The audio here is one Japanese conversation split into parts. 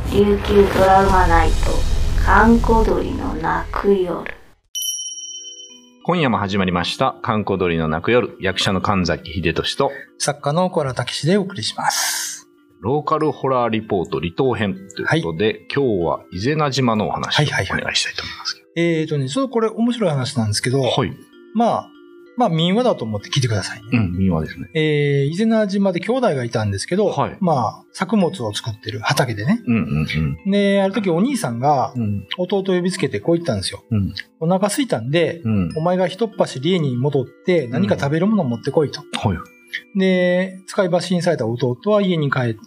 琉球ドラマナイト閑古鳥の泣く夜。 今夜も始まりました閑古鳥の泣く夜、役者の神崎秀俊と作家の小原武史でお送りします。 ローカルホラーリポート離島編ということで、今日は伊是名島のお話をお願いしたいと思いますけど、 ちょっとこれ面白い話なんですけど、 はい、 まあ民話だと思って聞いてくださいね。 民話ですね。 伊是名島で兄弟がいたんですけど、 はい、 作物を作ってる畑でね。で、ある時お兄さんが弟を呼びつけてこう言ったんですよ。お腹空いたんで、お前が一っ走り家に戻って何か食べるものを持ってこいと。で、使い走りにされた弟は家に帰って、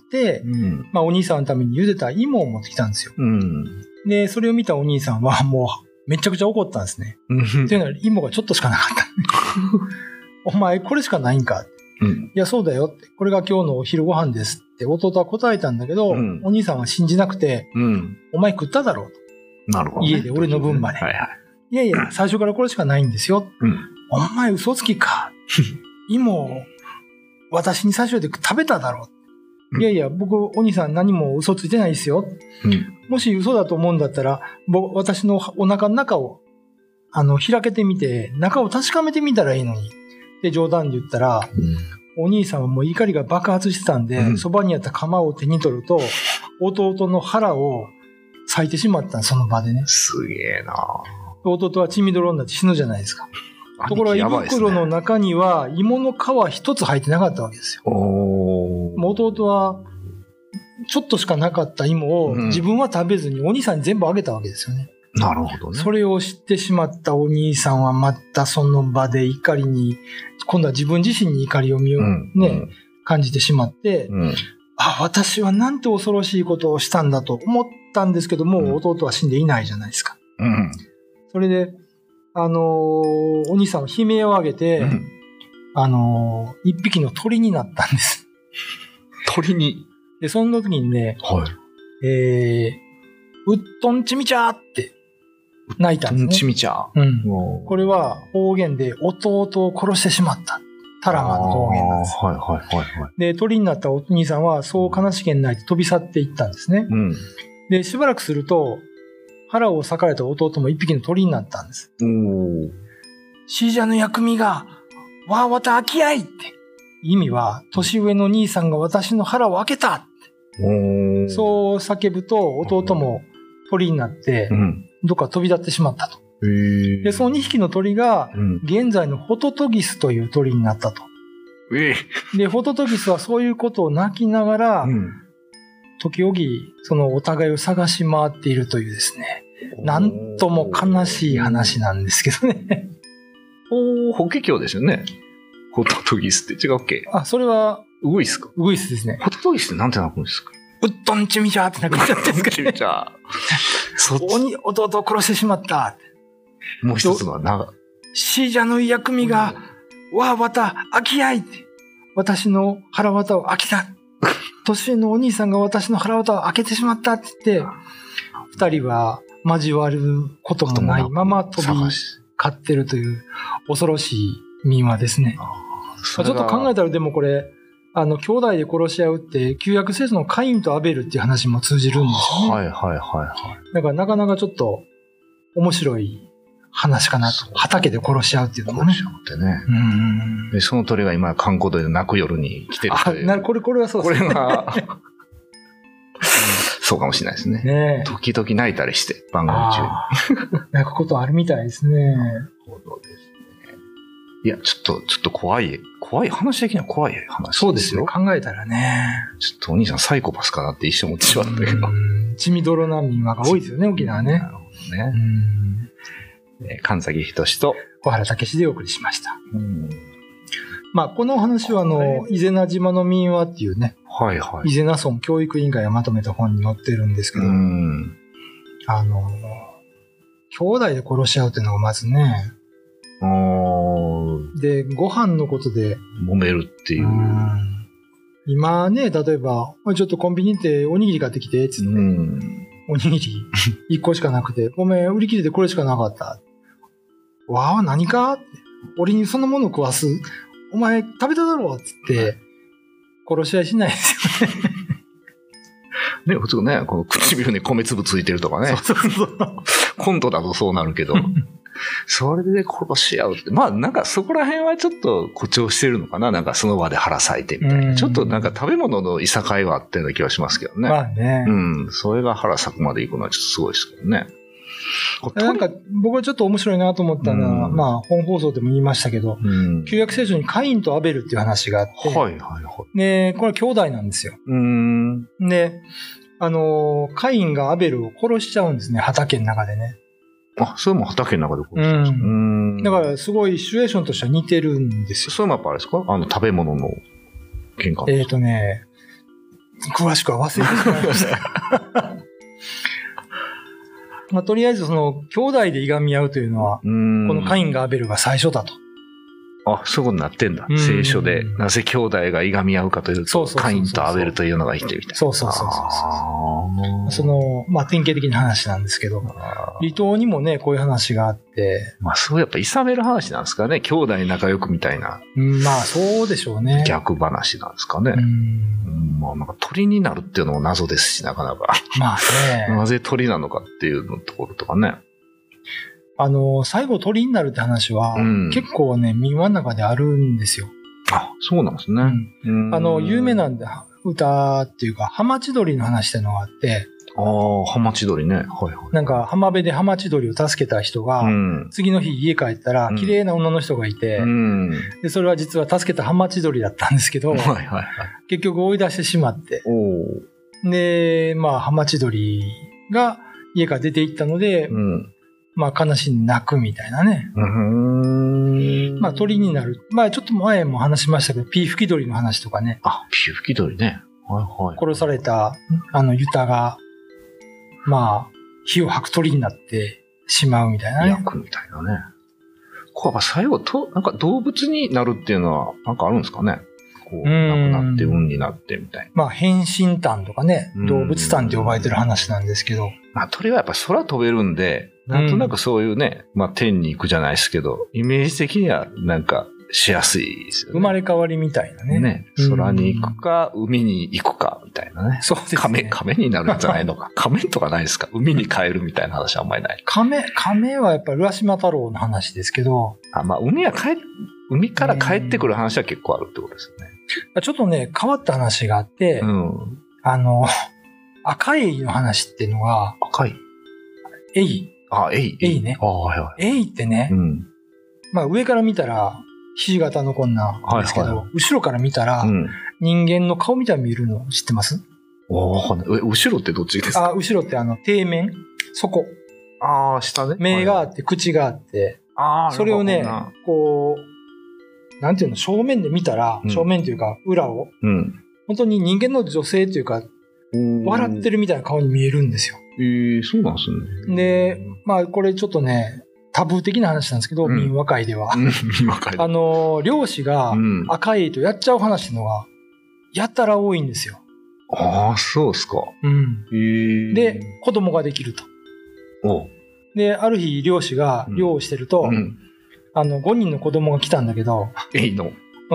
お兄さんのために茹でた芋を持ってきたんですよ。で、それを見たお兄さんはもうめちゃくちゃ怒ったんですね。っていうのは芋がちょっとしかなかった。お前これしかないんか、いやそうだよって。これが今日のお昼ご飯ですって弟は答えたんだけど、お兄さんは信じなくて、お前食っただろうと。 なるほど、 家で俺の分まで。いやいや、最初からこれしかないんですよ。お前嘘つきか。芋を私に差し置いて食べただろう。いやいや、僕、お兄さん何も嘘ついてないですよ。もし嘘だと思うんだったら、私のお腹の中を、開けてみて、中を確かめてみたらいいのに。で、冗談で言ったら、お兄さんはもう怒りが爆発してたんで、そばにあった釜を手に取ると、弟の腹を裂いてしまったその場でね。 すげえな。 弟は血みどろになって死ぬじゃないですか。ところが胃袋の中には芋の皮一つ入ってなかったわけですよ。弟はちょっとしかなかった芋を自分は食べずにお兄さんに全部あげたわけですよね。 なるほどね。 それを知ってしまったお兄さんはまたその場で怒りに、今度は自分自身に怒りを感じてしまって、私はなんて恐ろしいことをしたんだと思ったんですけども、弟は死んでいないじゃないですか。それでお兄さんは悲鳴を上げて、一匹の鳥になったんです。 鳥に？ で、その時にね、うっとんちみちゃーって泣いたんですね。 ちみちゃー。これは方言で弟を殺してしまった。タラマの方言なんです。で、鳥になったお兄さんはそう悲しげに泣いて飛び去っていったんですね。で、しばらくすると、腹を裂かれた弟も一匹の鳥になったんです。シージャの薬味が、わたあきあいって。意味は、年上の兄さんが私の腹を開けたって。そう叫ぶと、弟も鳥になって、どっか飛び立ってしまったと。で、その2匹の鳥が、現在のホトトギスという鳥になったと。で、ホトトギスはそういうことを泣きながら、時々、そのお互いを探し回っているというですね、なんとも悲しい話なんですけどね。 法華経ですよね。ホトトギスって違うっけ？ それは、 ウグイスか。 ウグイスですね。 ホトトギスってなんて泣くんですか？ うっとんちみちゃーって泣くんじゃないですか。 ちみちゃー。 弟を殺してしまった。 もう一つはシージャの薬味が、わた、あきあいって。私の腹渡を開けた。年上のお兄さんが私の腹渡を開けてしまったって言って、二人は交わることもないまま飛び交ってるという恐ろしい民話ですね。ちょっと考えたらでもこれ、兄弟で殺し合うって旧約聖書のカインとアベルっていう話も通じるんですよね。だからなかなかちょっと面白い話かなと。畑で殺し合うっていうのもね。 で、その鳥が今、閑古鳥の泣く夜に来てるという。 これはそうですね。 これが、そうかもしれないですね。時々泣いたりして、番組中に。 泣くことあるみたいですね。 そうですね。いや、ちょっと怖い話的には怖い話。 そうですよ。考えたらね。 ちょっとお兄さんサイコパスかなって一瞬思ってしまったけど。 血みどろな民話が多いですよね、沖縄ね。 なるほどね。神崎仁と小原武史でお送りしました。この話は伊是名島の民話っていうね、伊是名村教育委員会がまとめた本に載ってるんですけど、兄弟で殺し合うっていうのがまずね、で、ご飯のことで揉めるっていう。 今ね、例えば、ちょっとコンビニ行っておにぎり買ってきて、つって、おにぎり1個しかなくて、ごめん、売り切れてこれしかなかった。何かって。俺にそんなもの食わす。お前食べただろうつって、殺し合いしないですよね。 ね、普通ね、この唇に米粒ついてるとかね。 そうそうそう。 コントだとそうなるけど。それで殺し合うって。まあなんかそこら辺はちょっと誇張してるのかな。なんかその場で腹裂いてみたいな。ちょっとなんか食べ物のいさかいはあってるような気がしますけどね。 まあね。 それが腹裂くまでいくのはちょっとすごいですけどね。 なんか僕はちょっと面白いなと思ったのは、まあ本放送でも言いましたけど、旧約聖書にカインとアベルっていう話があって、 はいはいはい。 で、これ兄弟なんですよ。で、カインがアベルを殺しちゃうんですね、畑の中でね。 あ、それも畑の中で殺しちゃうんですか。だからすごいシチュエーションとしては似てるんですよ。 それもやっぱあれですか？食べ物の喧嘩ですか？ 詳しくは忘れてしまいました。まあ、とりあえずその兄弟でいがみ合うというのは、このカインがアベルが最初だと。 あ、そういうことになってんだ。聖書で。なぜ兄弟がいがみ合うかというと、カインとアベルというのがいてみたいな。 そう。その、まあ、典型的な話なんですけど、離島にもね、こういう話があって。 まあ、そうやっぱいさめる話なんですかね。兄弟仲良くみたいな。 まあ、そうでしょうね。 逆話なんですかね。まあ、なんか鳥になるっていうのも謎ですし、なかなか。 まあね。 なぜ鳥なのかっていうのところとかね。 最後鳥になるって話は、結構ね、民話の中であるんですよ。 あ、そうなんですね。 有名な歌っていうか、ハマチドリの話っていうのがあって、 ハマチドリね。はいはい。 なんか浜辺でハマチドリを助けた人が、次の日家帰ったら、綺麗な女の人がいて、で、それは実は助けたハマチドリだったんですけど、結局追い出してしまって、で、まあ、ハマチドリが家から出て行ったので、まあ悲しんで泣くみたいなね。まあ鳥になる。まあちょっと前も話しましたけど、ピー吹き鳥の話とかね。 あ、ピー吹き鳥ね。はいはい。 殺された、ユタが、まあ、火を吐く鳥になってしまうみたいなね。 焼くみたいなね。こう最後なんか動物になるっていうのは、なんかあるんですかね。こう、亡くなって運になってみたいな。 まあ変身譚とかね、動物譚って呼ばれてる話なんですけど。 まあ鳥はやっぱ空飛べるんで、なんとなくそういうね、まあ天に行くじゃないですけど、イメージ的にはなんかしやすいですよね。 生まれ変わりみたいなね。 ね。空に行くか、海に行くか、みたいなね。 そうですね。 亀になるんじゃないのか。亀とかないですか？海に帰るみたいな話はあんまりない。 亀はやっぱり浦島太郎の話ですけど。 まあ海から帰ってくる話は結構あるってことですよね。 ちょっとね、変わった話があって、赤エイの話っていうのが、 赤いエイ。 エイね。エイってね、まあ上から見たら、ひし形のこんなんですけど、後ろから見たら、人間の顔みたいに見えるの知ってます？ 後ろってどっちですか？ 後ろって底面底。 下ね。 目があって、口があって、それをね、こう、なんていうの、正面で見たら、正面というか、裏を、本当に人間の女性というか、笑ってるみたいな顔に見えるんですよ。 そうなんですね。 で、まあ、これちょっとね、タブー的な話なんですけど、民話界では。漁師が赤エイとやっちゃう話のが、やったら多いんですよ。 そうですか。 で、子供ができると。で、ある日、漁師が漁をしてると、5人の子供が来たんだけど、 エイの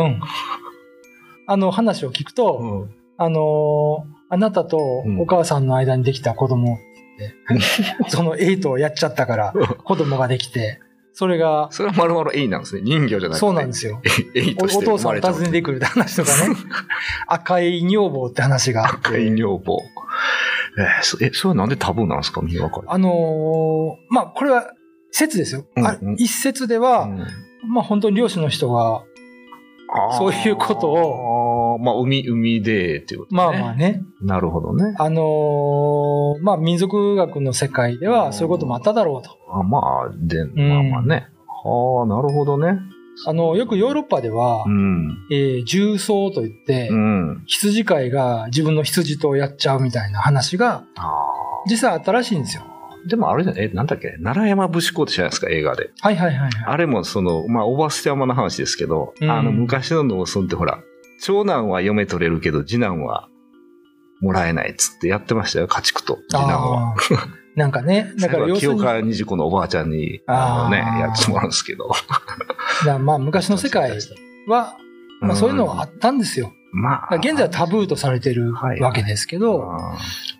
話を聞くと、あなたとお母さんの間にできた子供ってそのエイトをやっちゃったから子供ができて、それは丸々エイなんですね。人魚じゃなくて。 そうなんですよ。 エイとしてお父さんを訪ねてくるって話とかね。赤い女房って話があって。 赤い女房。それはなんでタブーなんですか？民話界。 まあ、これは説ですよ。一説では、まあ本当に漁師の人が、そういうことを。 まあ、海でっていうことね。 まあまあね。 なるほどね。 まあ民族学の世界ではそういうこともあっただろうと。 まあね。なるほどね。 よくヨーロッパでは、重葬といって、羊飼いが自分の羊とやっちゃうみたいな話が、実際あったらしいんですよ。 でもあれじゃなんだっけ、奈良山節子って知らないですか、映画で。あれもまあ、おば捨て山の話ですけど、昔の農村ってほら、長男は嫁取れるけど、次男はもらえないっつってやってましたよ、家畜と、次男は。 なんかね、だから清川二子のおばあちゃんに、やってもらうんですけど。 まあ、昔の世界は、まあ、そういうのはあったんですよ。まあ、現在はタブーとされてるわけですけど、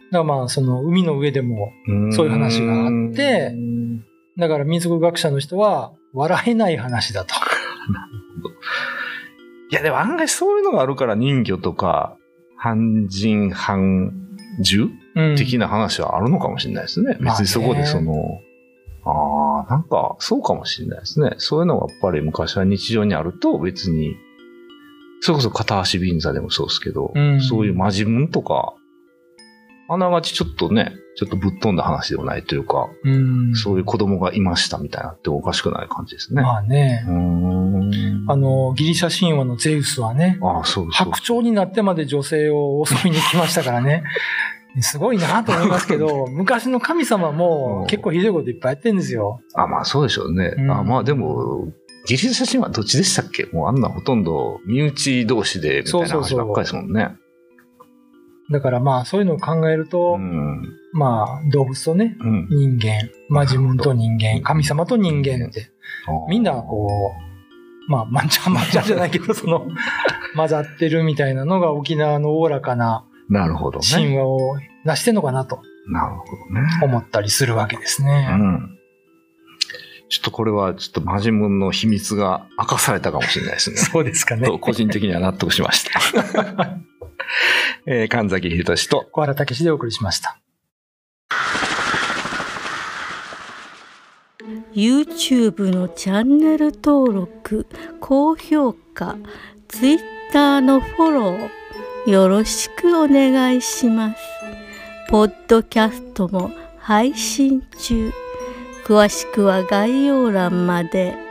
だからその海の上でもそういう話があって、だから民族学者の人は笑えない話だと。なるほど。 いや、でも案外そういうのがあるから人魚とか、半人半獣、的な話はあるのかもしれないですね。別にそこでなんかそうかもしれないですね。そういうのがやっぱり昔は日常にあると別に、それこそ片足便座でもそうですけど、そういうマジムンとか、あながちちょっとぶっ飛んだ話でもないというか、そういう子供がいましたみたいなっておかしくない感じですね。 まあね。ギリシャ神話のゼウスはね、白鳥になってまで女性を襲いに来ましたからね。すごいなと思いますけど、昔の神様も結構ひどいこといっぱいやってるんですよ。 まあそうでしょうね。まあでも、ギリシャ神話どっちでしたっけ？もうあんなほとんど身内同士でみたいな話ばっかりですもんね。 だからそういうのを考えると、動物とね、人間、自分と人間、神様と人間って、みんなまんちゃんじゃないけど、混ざってるみたいなのが沖縄のおおらかな神話を成してんのかなと、思ったりするわけですね。 ちょっとこれはマジムンの秘密が明かされたかもしれないですね。 そうですかね。 個人的には納得しました。神崎秀俊と小原武史でお送りしました。 YouTube のチャンネル登録、高評価、Twitter のフォロー、よろしくお願いします。ポッドキャストも配信中。詳しくは概要欄まで。